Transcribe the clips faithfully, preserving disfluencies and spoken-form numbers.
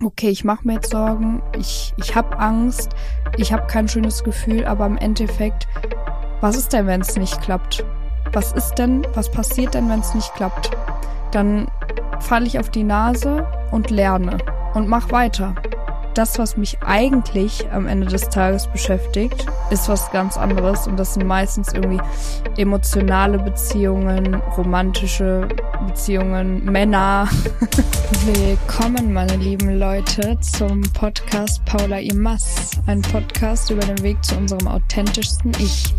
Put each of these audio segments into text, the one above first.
okay, ich mache mir jetzt Sorgen, ich, ich habe Angst, ich habe kein schönes Gefühl, aber im Endeffekt, was ist denn, wenn es nicht klappt? Was ist denn, was passiert denn, wenn es nicht klappt? Dann falle ich auf die Nase und lerne und mach weiter. Das, was mich eigentlich am Ende des Tages beschäftigt, ist was ganz anderes und das sind meistens irgendwie emotionale Beziehungen, romantische Beziehungen, Männer. Willkommen, meine lieben Leute, zum Podcast Paula Imas, ein Podcast über den Weg zu unserem authentischsten Ich.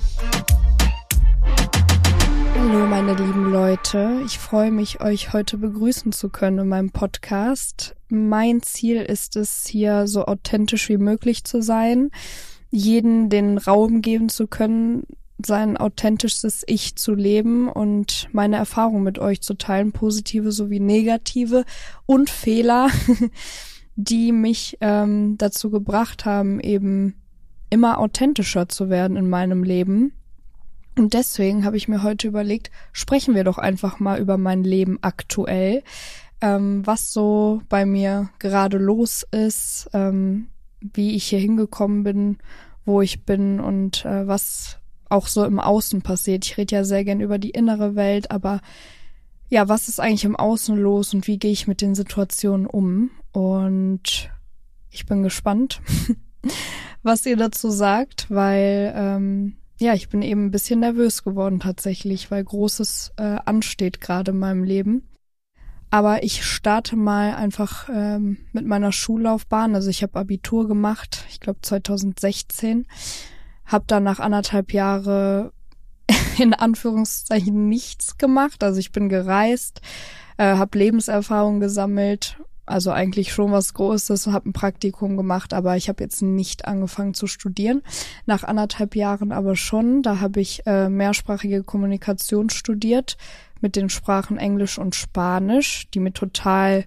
Hallo meine lieben Leute, ich freue mich, euch heute begrüßen zu können in meinem Podcast. Mein Ziel ist es, hier so authentisch wie möglich zu sein, jeden den Raum geben zu können, sein authentisches Ich zu leben und meine Erfahrungen mit euch zu teilen, positive sowie negative und Fehler, die mich ähm, dazu gebracht haben, eben immer authentischer zu werden in meinem Leben. Und deswegen habe ich mir heute überlegt, sprechen wir doch einfach mal über mein Leben aktuell, ähm, was so bei mir gerade los ist, ähm, wie ich hier hingekommen bin, wo ich bin und äh, was auch so im Außen passiert. Ich rede ja sehr gern über die innere Welt, aber ja, was ist eigentlich im Außen los und wie gehe ich mit den Situationen um? Und ich bin gespannt, was ihr dazu sagt, weil ähm, ja, ich bin eben ein bisschen nervös geworden tatsächlich, weil Großes äh, ansteht gerade in meinem Leben. Aber ich starte mal einfach ähm, mit meiner Schullaufbahn. Also ich habe Abitur gemacht, ich glaube zwanzig sechzehn. Habe dann nach anderthalb Jahre in Anführungszeichen nichts gemacht. Also ich bin gereist, äh, habe Lebenserfahrung gesammelt. Also eigentlich schon was Großes, habe ein Praktikum gemacht, aber ich habe jetzt nicht angefangen zu studieren. Nach anderthalb Jahren aber schon. Da habe ich äh, mehrsprachige Kommunikation studiert mit den Sprachen Englisch und Spanisch, die mir total,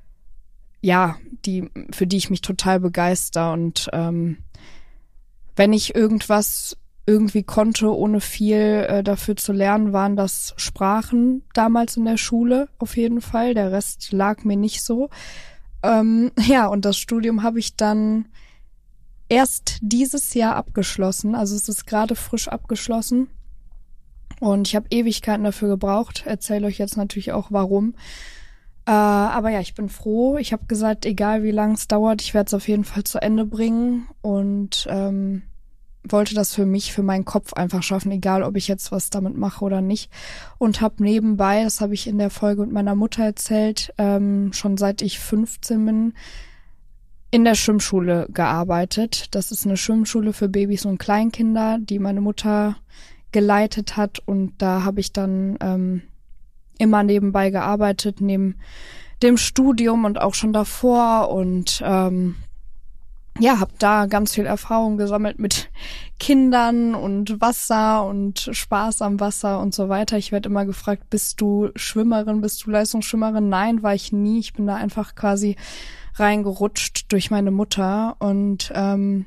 ja, die für die ich mich total begeister. Und ähm, wenn ich irgendwas irgendwie konnte, ohne viel äh, dafür zu lernen, waren das Sprachen damals in der Schule auf jeden Fall. Der Rest lag mir nicht so. Ähm, ja, und das Studium habe ich dann erst dieses Jahr abgeschlossen. Also es ist gerade frisch abgeschlossen. Und ich habe Ewigkeiten dafür gebraucht. Erzähle euch jetzt natürlich auch, warum. Äh, aber ja, ich bin froh. Ich habe gesagt, egal wie lang es dauert, ich werde es auf jeden Fall zu Ende bringen. Und ähm, wollte das für mich, für meinen Kopf einfach schaffen, egal ob ich jetzt was damit mache oder nicht. Und habe nebenbei, das habe ich in der Folge mit meiner Mutter erzählt, ähm, schon seit ich fünfzehn bin, in der Schwimmschule gearbeitet. Das ist eine Schwimmschule für Babys und Kleinkinder, die meine Mutter geleitet hat. Und da habe ich dann ähm, immer nebenbei gearbeitet, neben dem Studium und auch schon davor. Und ähm, ja, habe da ganz viel Erfahrung gesammelt mit Kindern und Wasser und Spaß am Wasser und so weiter. Ich werde immer gefragt, bist du Schwimmerin, bist du Leistungsschwimmerin? Nein, war ich nie. Ich bin da einfach quasi reingerutscht durch meine Mutter. Und ähm,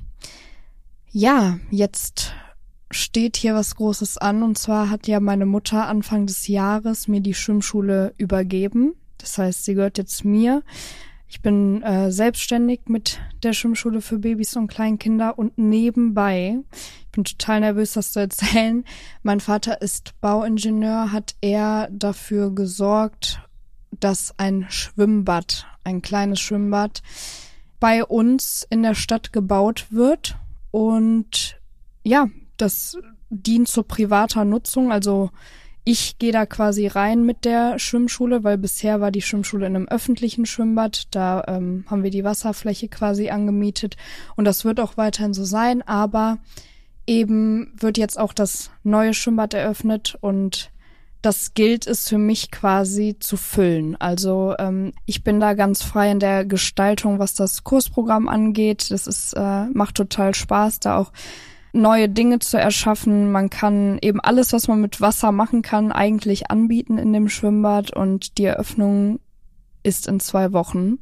ja, jetzt steht hier was Großes an. Und zwar hat ja meine Mutter Anfang des Jahres mir die Schwimmschule übergeben. Das heißt, sie gehört jetzt mir. Ich bin äh, selbstständig mit der Schwimmschule für Babys und Kleinkinder und nebenbei, ich bin total nervös, das zu erzählen, mein Vater ist Bauingenieur, hat er dafür gesorgt, dass ein Schwimmbad, ein kleines Schwimmbad bei uns in der Stadt gebaut wird. Und ja, das dient zur privater Nutzung, also ich gehe da quasi rein mit der Schwimmschule, weil bisher war die Schwimmschule in einem öffentlichen Schwimmbad. Da ähm, haben wir die Wasserfläche quasi angemietet und das wird auch weiterhin so sein. Aber eben wird jetzt auch das neue Schwimmbad eröffnet und das gilt es für mich quasi zu füllen. Also ähm, ich bin da ganz frei in der Gestaltung, was das Kursprogramm angeht. Das ist äh, macht total Spaß, da auch neue Dinge zu erschaffen. Man kann eben alles, was man mit Wasser machen kann, eigentlich anbieten in dem Schwimmbad und die Eröffnung ist in zwei Wochen.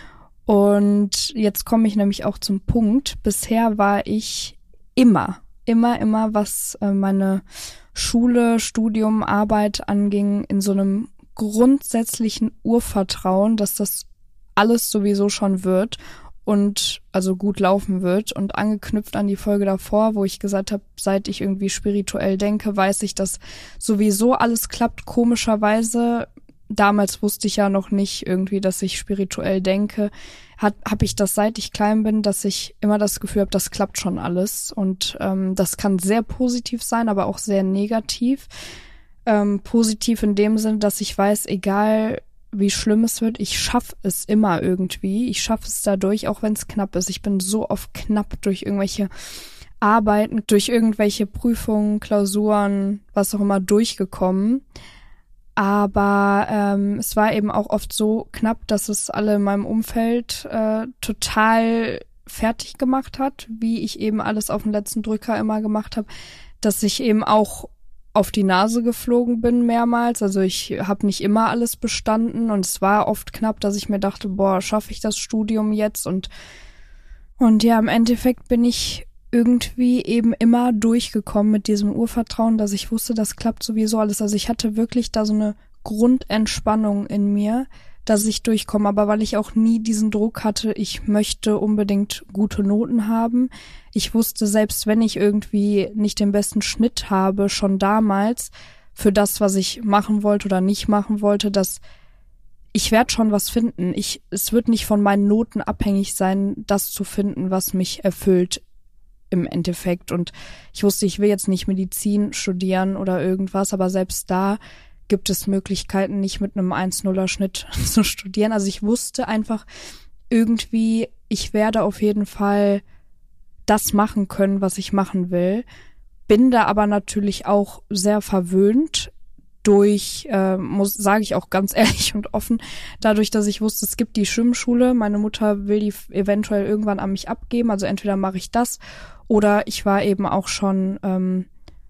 Und jetzt komme ich nämlich auch zum Punkt. Bisher war ich immer, immer, immer, was meine Schule, Studium, Arbeit anging, in so einem grundsätzlichen Urvertrauen, dass das alles sowieso schon wird und also gut laufen wird. Und angeknüpft an die Folge davor, wo ich gesagt habe, seit ich irgendwie spirituell denke, weiß ich, dass sowieso alles klappt, komischerweise. Damals wusste ich ja noch nicht irgendwie, dass ich spirituell denke. Hat, habe ich das, seit ich klein bin, dass ich immer das Gefühl habe, das klappt schon alles. Und ähm, das kann sehr positiv sein, aber auch sehr negativ. Ähm, positiv in dem Sinn, dass ich weiß, egal wie schlimm es wird, ich schaffe es immer irgendwie. Ich schaffe es dadurch, auch wenn es knapp ist. Ich bin so oft knapp durch irgendwelche Arbeiten, durch irgendwelche Prüfungen, Klausuren, was auch immer durchgekommen. Aber ähm, es war eben auch oft so knapp, dass es alle in meinem Umfeld äh, total fertig gemacht hat, wie ich eben alles auf den letzten Drücker immer gemacht habe, dass ich eben auch auf die Nase geflogen bin mehrmals. Also ich habe nicht immer alles bestanden und es war oft knapp, dass ich mir dachte, boah, schaffe ich das Studium jetzt? Und und ja, im Endeffekt bin ich irgendwie eben immer durchgekommen mit diesem Urvertrauen, dass ich wusste, das klappt sowieso alles. Also ich hatte wirklich da so eine Grundentspannung in mir, dass ich durchkomme. Aber weil ich auch nie diesen Druck hatte, ich möchte unbedingt gute Noten haben. Ich wusste, selbst wenn ich irgendwie nicht den besten Schnitt habe, schon damals für das, was ich machen wollte oder nicht machen wollte, dass ich werde schon was finden. Ich, es wird nicht von meinen Noten abhängig sein, das zu finden, was mich erfüllt im Endeffekt. Und ich wusste, ich will jetzt nicht Medizin studieren oder irgendwas, aber selbst da gibt es Möglichkeiten, nicht mit einem eins Komma nuller Schnitt zu studieren. Also ich wusste einfach irgendwie, ich werde auf jeden Fall das machen können, was ich machen will. Bin da aber natürlich auch sehr verwöhnt durch, äh, muss, sage ich auch ganz ehrlich und offen, dadurch, dass ich wusste, es gibt die Schwimmschule. Meine Mutter will die eventuell irgendwann an mich abgeben. Also entweder mache ich das oder ich war eben auch schon ähm,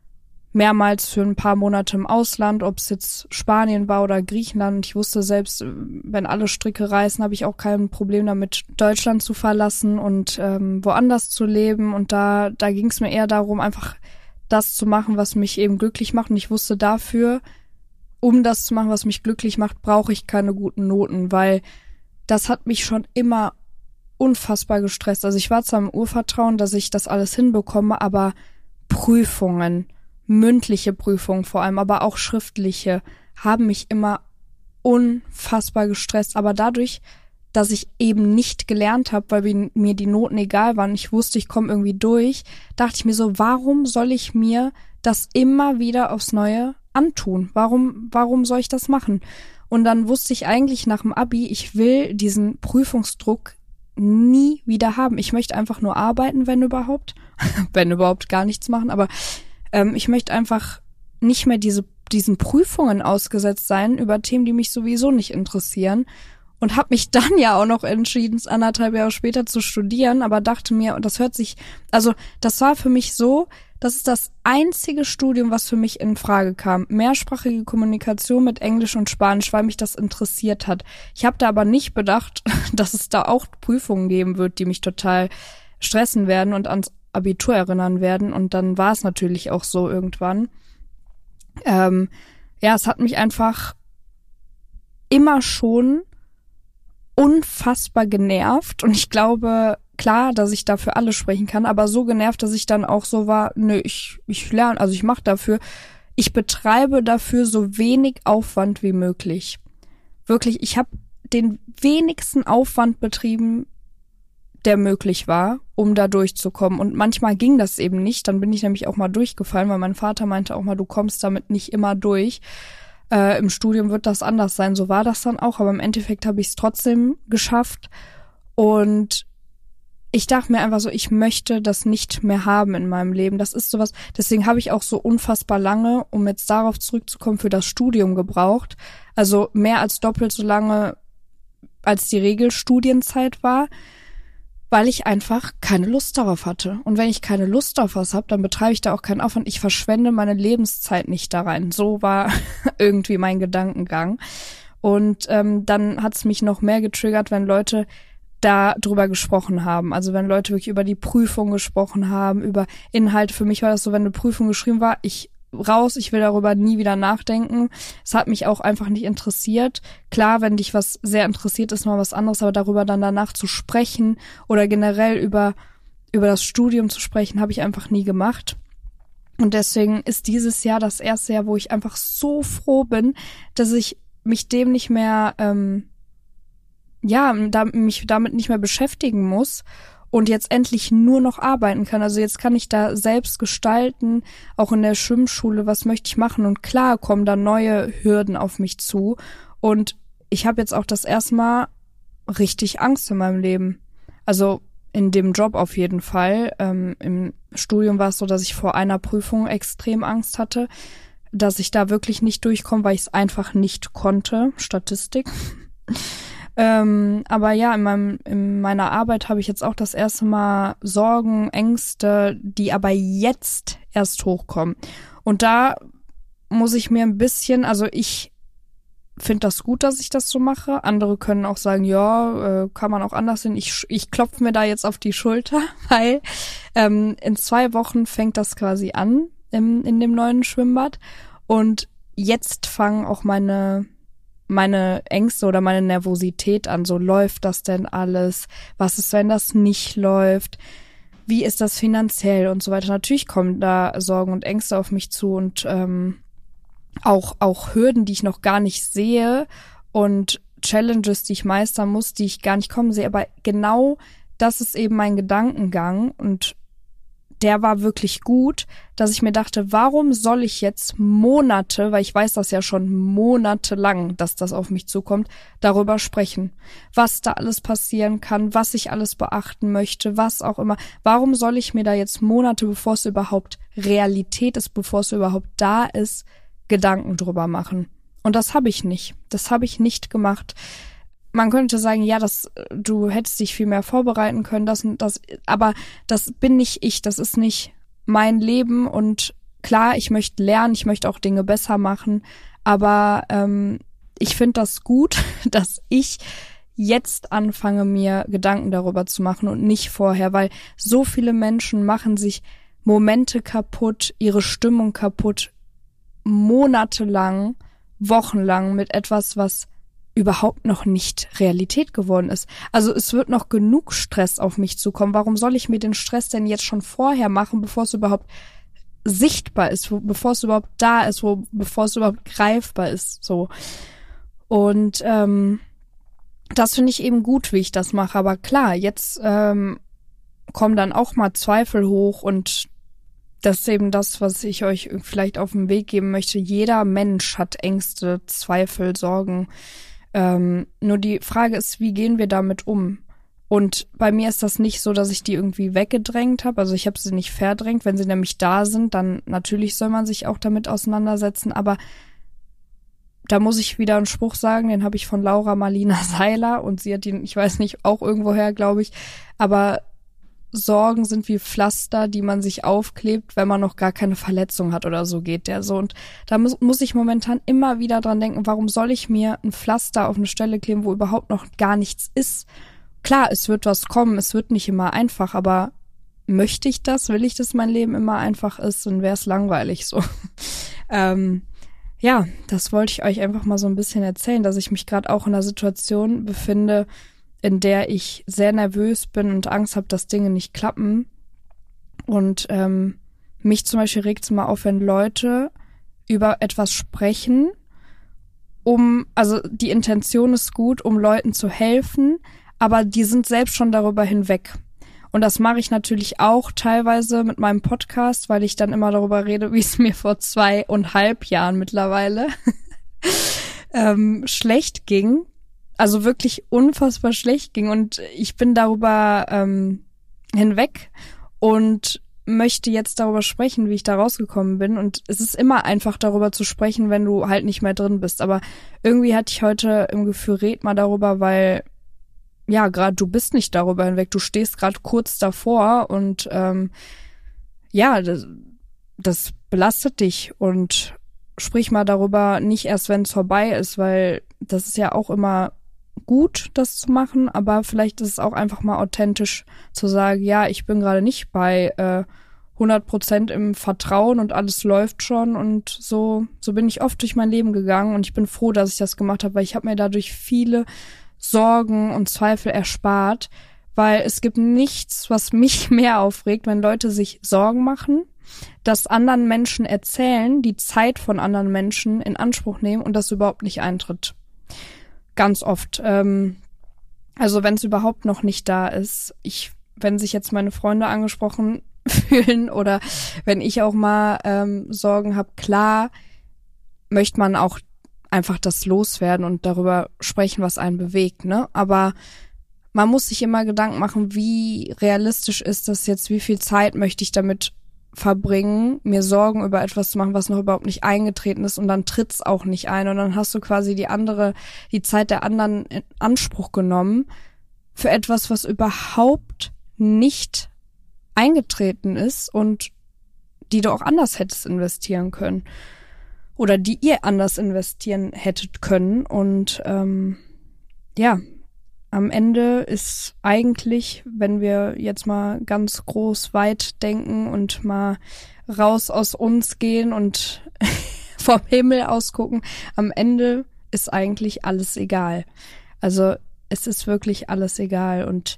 mehrmals für ein paar Monate im Ausland, ob es jetzt Spanien war oder Griechenland. Und ich wusste selbst, wenn alle Stricke reißen, habe ich auch kein Problem damit, Deutschland zu verlassen und ähm, woanders zu leben. Und da, da ging es mir eher darum, einfach das zu machen, was mich eben glücklich macht. Und ich wusste dafür, um das zu machen, was mich glücklich macht, brauche ich keine guten Noten, weil das hat mich schon immer unfassbar gestresst. Also ich war zwar im Urvertrauen, dass ich das alles hinbekomme, aber Prüfungen, mündliche Prüfungen vor allem, aber auch schriftliche, haben mich immer unfassbar gestresst. Aber dadurch, dass ich eben nicht gelernt habe, weil mir die Noten egal waren, ich wusste, ich komme irgendwie durch, dachte ich mir so, warum soll ich mir das immer wieder aufs Neue antun? Warum, warum soll ich das machen? Und dann wusste ich eigentlich nach dem Abi, ich will diesen Prüfungsdruck nie wieder haben. Ich möchte einfach nur arbeiten, wenn überhaupt, wenn überhaupt gar nichts machen, aber ähm, ich möchte einfach nicht mehr diese diesen Prüfungen ausgesetzt sein über Themen, die mich sowieso nicht interessieren. Und habe mich dann ja auch noch entschieden, anderthalb Jahre später zu studieren, aber dachte mir, und das hört sich, also das war für mich so, das ist das einzige Studium, was für mich in Frage kam. Mehrsprachige Kommunikation mit Englisch und Spanisch, weil mich das interessiert hat. Ich habe da aber nicht bedacht, dass es da auch Prüfungen geben wird, die mich total stressen werden und ans Abitur erinnern werden. Und dann war es natürlich auch so irgendwann. Ähm, ja, es hat mich einfach immer schon unfassbar genervt. Und ich glaube, klar, dass ich dafür alles sprechen kann, aber so genervt, dass ich dann auch so war, nö, ich, ich lerne, also ich mache dafür, ich betreibe dafür so wenig Aufwand wie möglich. Wirklich, ich habe den wenigsten Aufwand betrieben, der möglich war, um da durchzukommen. Und manchmal ging das eben nicht. Dann bin ich nämlich auch mal durchgefallen, weil mein Vater meinte auch mal, du kommst damit nicht immer durch. Äh, im Studium wird das anders sein. So war das dann auch. Aber im Endeffekt habe ich es trotzdem geschafft. Und ich dachte mir einfach so, ich möchte das nicht mehr haben in meinem Leben. Das ist sowas, deswegen habe ich auch so unfassbar lange, um jetzt darauf zurückzukommen, für das Studium gebraucht. Also mehr als doppelt so lange, als die Regelstudienzeit war, weil ich einfach keine Lust darauf hatte. Und wenn ich keine Lust auf was habe, dann betreibe ich da auch keinen Aufwand. Ich verschwende meine Lebenszeit nicht da rein. So war irgendwie mein Gedankengang. Und ähm, dann hat es mich noch mehr getriggert, wenn Leute da drüber gesprochen haben. Also wenn Leute wirklich über die Prüfung gesprochen haben, über Inhalte. Für mich war das so, wenn eine Prüfung geschrieben war, ich raus, ich will darüber nie wieder nachdenken. Es hat mich auch einfach nicht interessiert. Klar, wenn dich was sehr interessiert, ist mal was anderes, aber darüber dann danach zu sprechen oder generell über über das Studium zu sprechen, habe ich einfach nie gemacht. Und deswegen ist dieses Jahr das erste Jahr, wo ich einfach so froh bin, dass ich mich dem nicht mehr, ähm, ja, da, mich damit nicht mehr beschäftigen muss und jetzt endlich nur noch arbeiten kann. Also jetzt kann ich da selbst gestalten, auch in der Schwimmschule, was möchte ich machen. Und klar kommen da neue Hürden auf mich zu. Und ich habe jetzt auch das erste Mal richtig Angst in meinem Leben. Also in dem Job auf jeden Fall. Ähm, im Studium war es so, dass ich vor einer Prüfung extrem Angst hatte, dass ich da wirklich nicht durchkomme, weil ich es einfach nicht konnte. Statistik. ähm, aber ja, in meinem in meiner Arbeit habe ich jetzt auch das erste Mal Sorgen, Ängste, die aber jetzt erst hochkommen. Und da muss ich mir ein bisschen, also ich finde das gut, dass ich das so mache. Andere können auch sagen, ja, äh, kann man auch anders sehen. Ich, ich klopfe mir da jetzt auf die Schulter, weil ähm, in zwei Wochen fängt das quasi an im, in dem neuen Schwimmbad. Und jetzt fangen auch meine meine Ängste oder meine Nervosität an. So, läuft das denn alles? Was ist, wenn das nicht läuft? Wie ist das finanziell und so weiter? Natürlich kommen da Sorgen und Ängste auf mich zu und ähm, auch auch Hürden, die ich noch gar nicht sehe und Challenges, die ich meistern muss, die ich gar nicht kommen sehe. Aber genau das ist eben mein Gedankengang und der war wirklich gut, dass ich mir dachte, warum soll ich jetzt Monate, weil ich weiß das ja schon monatelang, dass das auf mich zukommt, darüber sprechen, was da alles passieren kann, was ich alles beachten möchte, was auch immer. Warum soll ich mir da jetzt Monate, bevor es überhaupt Realität ist, bevor es überhaupt da ist, Gedanken drüber machen? Und das habe ich nicht. Das habe ich nicht gemacht. Man könnte sagen, ja, das, du hättest dich viel mehr vorbereiten können, das und das, aber das bin nicht ich, das ist nicht mein Leben und klar, ich möchte lernen, ich möchte auch Dinge besser machen, aber ähm, ich finde das gut, dass ich jetzt anfange, mir Gedanken darüber zu machen und nicht vorher, weil so viele Menschen machen sich Momente kaputt, ihre Stimmung kaputt, monatelang, wochenlang mit etwas, was überhaupt noch nicht Realität geworden ist. Also es wird noch genug Stress auf mich zukommen. Warum soll ich mir den Stress denn jetzt schon vorher machen, bevor es überhaupt sichtbar ist, wo, bevor es überhaupt da ist, wo, bevor es überhaupt greifbar ist, so. Und ähm, das finde ich eben gut, wie ich das mache. Aber klar, jetzt ähm, kommen dann auch mal Zweifel hoch und das ist eben das, was ich euch vielleicht auf den Weg geben möchte. Jeder Mensch hat Ängste, Zweifel, Sorgen. Ähm, nur die Frage ist, wie gehen wir damit um? Und bei mir ist das nicht so, dass ich die irgendwie weggedrängt habe. Also ich habe sie nicht verdrängt. Wenn sie nämlich da sind, dann natürlich soll man sich auch damit auseinandersetzen. Aber da muss ich wieder einen Spruch sagen, den habe ich von Laura Marlina Seiler und sie hat ihn, ich weiß nicht, auch irgendwoher, glaube ich. Aber Sorgen sind wie Pflaster, die man sich aufklebt, wenn man noch gar keine Verletzung hat oder so, geht der so. Und da muss, muss ich momentan immer wieder dran denken, warum soll ich mir ein Pflaster auf eine Stelle kleben, wo überhaupt noch gar nichts ist? Klar, es wird was kommen, es wird nicht immer einfach, aber möchte ich das? Will ich, dass mein Leben immer einfach ist? Dann wäre es langweilig so. ähm, ja, das wollte ich euch einfach mal so ein bisschen erzählen, dass ich mich gerade auch in einer Situation befinde, in der ich sehr nervös bin und Angst habe, dass Dinge nicht klappen. Und ähm, mich zum Beispiel regt es mal auf, wenn Leute über etwas sprechen, um, also die Intention ist gut, um Leuten zu helfen, aber die sind selbst schon darüber hinweg. Und das mache ich natürlich auch teilweise mit meinem Podcast, weil ich dann immer darüber rede, wie es mir vor zweieinhalb Jahren mittlerweile ähm, schlecht ging. Also wirklich unfassbar schlecht ging und ich bin darüber ähm, hinweg und möchte jetzt darüber sprechen, wie ich da rausgekommen bin und es ist immer einfach darüber zu sprechen, wenn du halt nicht mehr drin bist, aber irgendwie hatte ich heute im Gefühl, red mal darüber, weil ja, gerade du bist nicht darüber hinweg, du stehst gerade kurz davor und ähm, ja, das, das belastet dich und sprich mal darüber, nicht erst wenn es vorbei ist, weil das ist ja auch immer gut, das zu machen, aber vielleicht ist es auch einfach mal authentisch zu sagen, ja, ich bin gerade nicht bei äh, hundert Prozent im Vertrauen und alles läuft schon und so so bin ich oft durch mein Leben gegangen und ich bin froh, dass ich das gemacht habe, weil ich habe mir dadurch viele Sorgen und Zweifel erspart, weil es gibt nichts, was mich mehr aufregt, wenn Leute sich Sorgen machen, das anderen Menschen erzählen, die Zeit von anderen Menschen in Anspruch nehmen und das überhaupt nicht eintritt. Ganz oft. Ähm, also wenn es überhaupt noch nicht da ist. Ich, wenn sich jetzt meine Freunde angesprochen fühlen oder wenn ich auch mal ähm, Sorgen habe, klar möchte man auch einfach das loswerden und darüber sprechen, was einen bewegt, ne? Aber man muss sich immer Gedanken machen, wie realistisch ist das jetzt, wie viel Zeit möchte ich damit verbringen, mir Sorgen über etwas zu machen, was noch überhaupt nicht eingetreten ist und dann tritt's auch nicht ein und dann hast du quasi die andere, die Zeit der anderen in Anspruch genommen für etwas, was überhaupt nicht eingetreten ist und die du auch anders hättest investieren können oder die ihr anders investieren hättet können und ähm, ja, am Ende ist eigentlich, wenn wir jetzt mal ganz groß weit denken und mal raus aus uns gehen und vom Himmel aus gucken, am Ende ist eigentlich alles egal. Also es ist wirklich alles egal und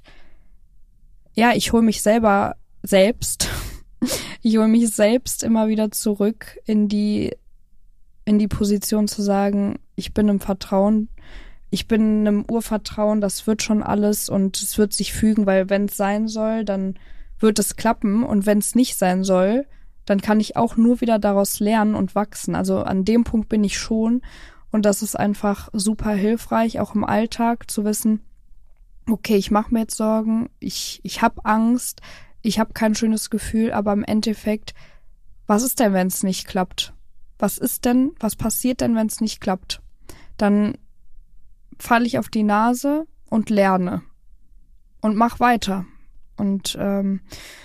ja, ich hole mich selber selbst, ich hole mich selbst immer wieder zurück in die in die Position zu sagen, ich bin im Vertrauen, ich bin in einem Urvertrauen, das wird schon alles und es wird sich fügen, weil wenn es sein soll, dann wird es klappen und wenn es nicht sein soll, dann kann ich auch nur wieder daraus lernen und wachsen. Also an dem Punkt bin ich schon und das ist einfach super hilfreich, auch im Alltag zu wissen, okay, ich mache mir jetzt Sorgen, ich ich habe Angst, ich habe kein schönes Gefühl, aber im Endeffekt, was ist denn, wenn es nicht klappt? Was ist denn, was passiert denn, wenn es nicht klappt? Dann falle ich auf die Nase und lerne und mach weiter. Und ähm,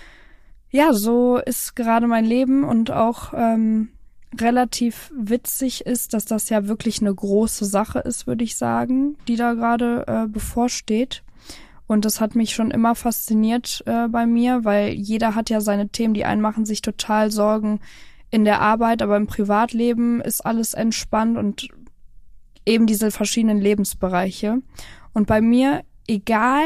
ja, so ist gerade mein Leben und auch ähm, relativ witzig ist, dass das ja wirklich eine große Sache ist, würde ich sagen, die da gerade äh, bevorsteht. Und das hat mich schon immer fasziniert äh, bei mir, weil jeder hat ja seine Themen, die einen machen sich total Sorgen in der Arbeit, aber im Privatleben ist alles entspannt und eben diese verschiedenen Lebensbereiche. Und bei mir, egal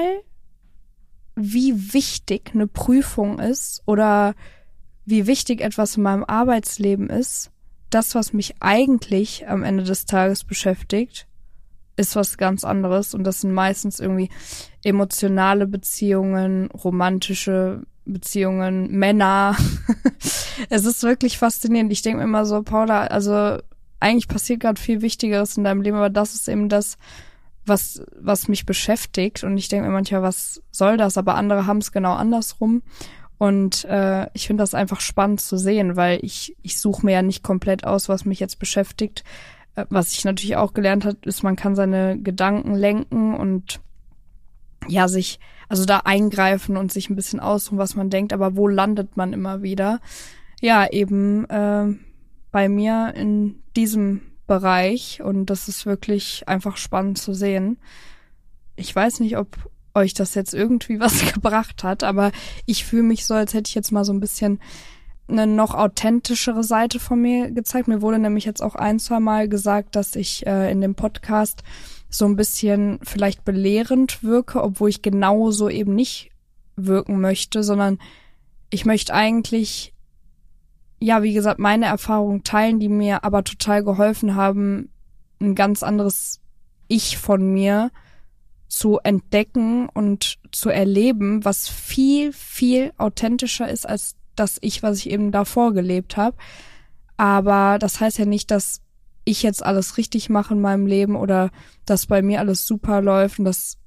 wie wichtig eine Prüfung ist oder wie wichtig etwas in meinem Arbeitsleben ist, das, was mich eigentlich am Ende des Tages beschäftigt, ist was ganz anderes. Und das sind meistens irgendwie emotionale Beziehungen, romantische Beziehungen, Männer. Es ist wirklich faszinierend. Ich denke mir immer so, Paula, also eigentlich passiert gerade viel Wichtigeres in deinem Leben, aber das ist eben das, was was mich beschäftigt. Und ich denke mir manchmal, was soll das? Aber andere haben es genau andersrum. Und äh, ich finde das einfach spannend zu sehen, weil ich ich suche mir ja nicht komplett aus, was mich jetzt beschäftigt. Äh, was ich natürlich auch gelernt habe, ist, man kann seine Gedanken lenken und ja, sich, also da eingreifen und sich ein bisschen aussuchen, was man denkt. Aber wo landet man immer wieder? Ja, eben äh, bei mir in diesem Bereich und das ist wirklich einfach spannend zu sehen. Ich weiß nicht, ob euch das jetzt irgendwie was gebracht hat, aber ich fühle mich so, als hätte ich jetzt mal so ein bisschen eine noch authentischere Seite von mir gezeigt. Mir wurde nämlich jetzt auch ein, zwei Mal gesagt, dass ich äh, in dem Podcast so ein bisschen vielleicht belehrend wirke, obwohl ich genauso eben nicht wirken möchte, sondern ich möchte eigentlich, ja, wie gesagt, meine Erfahrungen teilen, die mir aber total geholfen haben, ein ganz anderes Ich von mir zu entdecken und zu erleben, was viel, viel authentischer ist als das Ich, was ich eben davor gelebt habe. Aber das heißt ja nicht, dass ich jetzt alles richtig mache in meinem Leben oder dass bei mir alles super läuft und das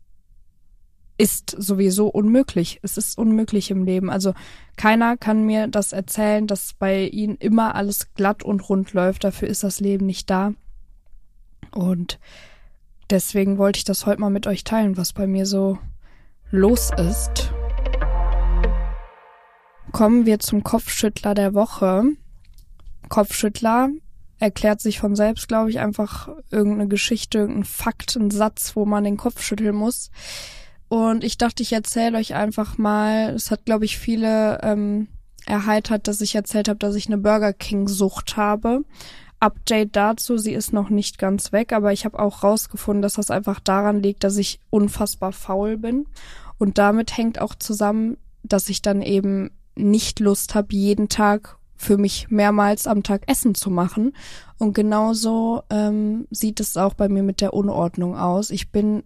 ist sowieso unmöglich. Es ist unmöglich im Leben. Also keiner kann mir das erzählen, dass bei ihnen immer alles glatt und rund läuft. Dafür ist das Leben nicht da. Und deswegen wollte ich das heute mal mit euch teilen, was bei mir so los ist. Kommen wir zum Kopfschüttler der Woche. Kopfschüttler erklärt sich von selbst, glaube ich, einfach irgendeine Geschichte, irgendein Fakt, ein Satz, wo man den Kopf schütteln muss. Und ich dachte, ich erzähle euch einfach mal, es hat, glaube ich, viele ähm, erheitert, dass ich erzählt habe, dass ich eine Burger King-Sucht habe. Update dazu, sie ist noch nicht ganz weg, aber ich habe auch rausgefunden, dass das einfach daran liegt, dass ich unfassbar faul bin. Und damit hängt auch zusammen, dass ich dann eben nicht Lust habe, jeden Tag für mich mehrmals am Tag Essen zu machen. Und genauso ähm, sieht es auch bei mir mit der Unordnung aus. Ich bin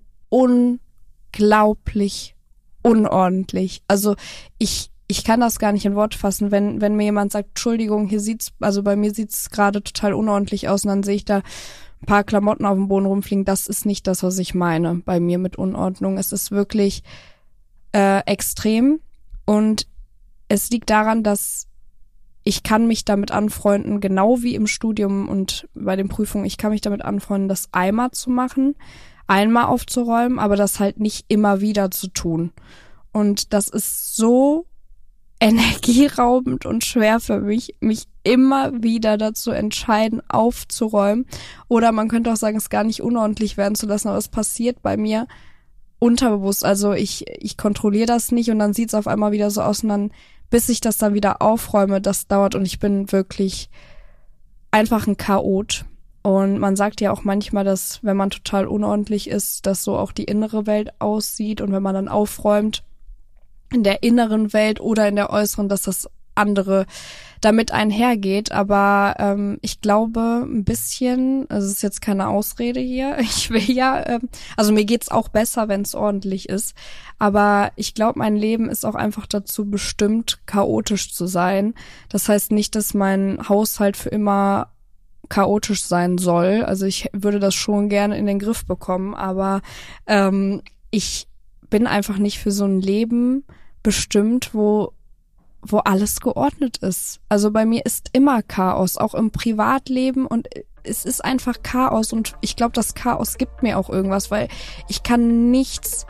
unglaublich unordentlich. Also ich ich kann das gar nicht in Worte fassen, wenn wenn mir jemand sagt, Entschuldigung, hier sieht's, also bei mir sieht's gerade total unordentlich aus und dann sehe ich da ein paar Klamotten auf dem Boden rumfliegen. Das ist nicht das, was ich meine bei mir mit Unordnung. Es ist wirklich äh, extrem und es liegt daran, dass ich kann mich damit anfreunden, genau wie im Studium und bei den Prüfungen, ich kann mich damit anfreunden, das einmal zu machen, einmal aufzuräumen, aber das halt nicht immer wieder zu tun. Und das ist so energieraubend und schwer für mich, mich immer wieder dazu entscheiden, aufzuräumen. Oder man könnte auch sagen, es gar nicht unordentlich werden zu lassen, aber es passiert bei mir unterbewusst. Also ich ich kontrolliere das nicht und dann sieht es auf einmal wieder so aus und dann, bis ich das dann wieder aufräume, das dauert und ich bin wirklich einfach ein Chaot. Und man sagt ja auch manchmal, dass wenn man total unordentlich ist, dass so auch die innere Welt aussieht und wenn man dann aufräumt, in der inneren Welt oder in der äußeren, dass das andere damit einhergeht. Aber ähm, ich glaube ein bisschen, also es ist jetzt keine Ausrede hier, ich will ja, ähm, also mir geht's auch besser, wenn es ordentlich ist, aber ich glaube, mein Leben ist auch einfach dazu bestimmt, chaotisch zu sein. Das heißt nicht, dass mein Haushalt für immer chaotisch sein soll. Also ich würde das schon gerne in den Griff bekommen, aber ähm, ich bin einfach nicht für so ein Leben bestimmt, wo wo alles geordnet ist. Also bei mir ist immer Chaos, auch im Privatleben und es ist einfach Chaos und ich glaube, das Chaos gibt mir auch irgendwas, weil ich kann nichts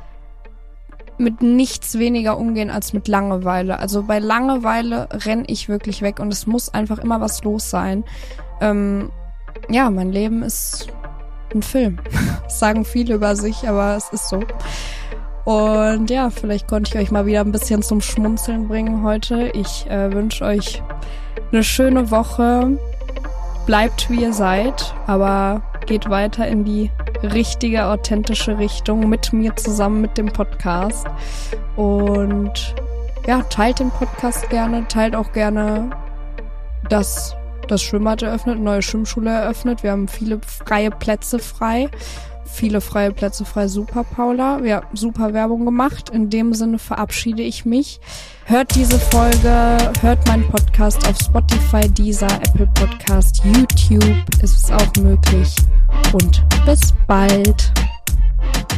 mit nichts weniger umgehen als mit Langeweile. Also bei Langeweile renne ich wirklich weg und es muss einfach immer was los sein. Ähm, ja, mein Leben ist ein Film. Das sagen viele über sich, aber es ist so. Und ja, vielleicht konnte ich euch mal wieder ein bisschen zum Schmunzeln bringen heute. Ich äh, wünsche euch eine schöne Woche. Bleibt wie ihr seid, aber geht weiter in die richtige, authentische Richtung mit mir zusammen mit dem Podcast. Und ja, teilt den Podcast gerne, teilt auch gerne, dass das Schwimmbad eröffnet, eine neue Schwimmschule eröffnet. Wir haben viele freie Plätze frei. Viele freie Plätze frei, super, Paula. Ja, super Werbung gemacht. In dem Sinne verabschiede ich mich. Hört diese Folge, hört meinen Podcast auf Spotify, Deezer, Apple Podcast, YouTube ist es auch möglich. Und bis bald.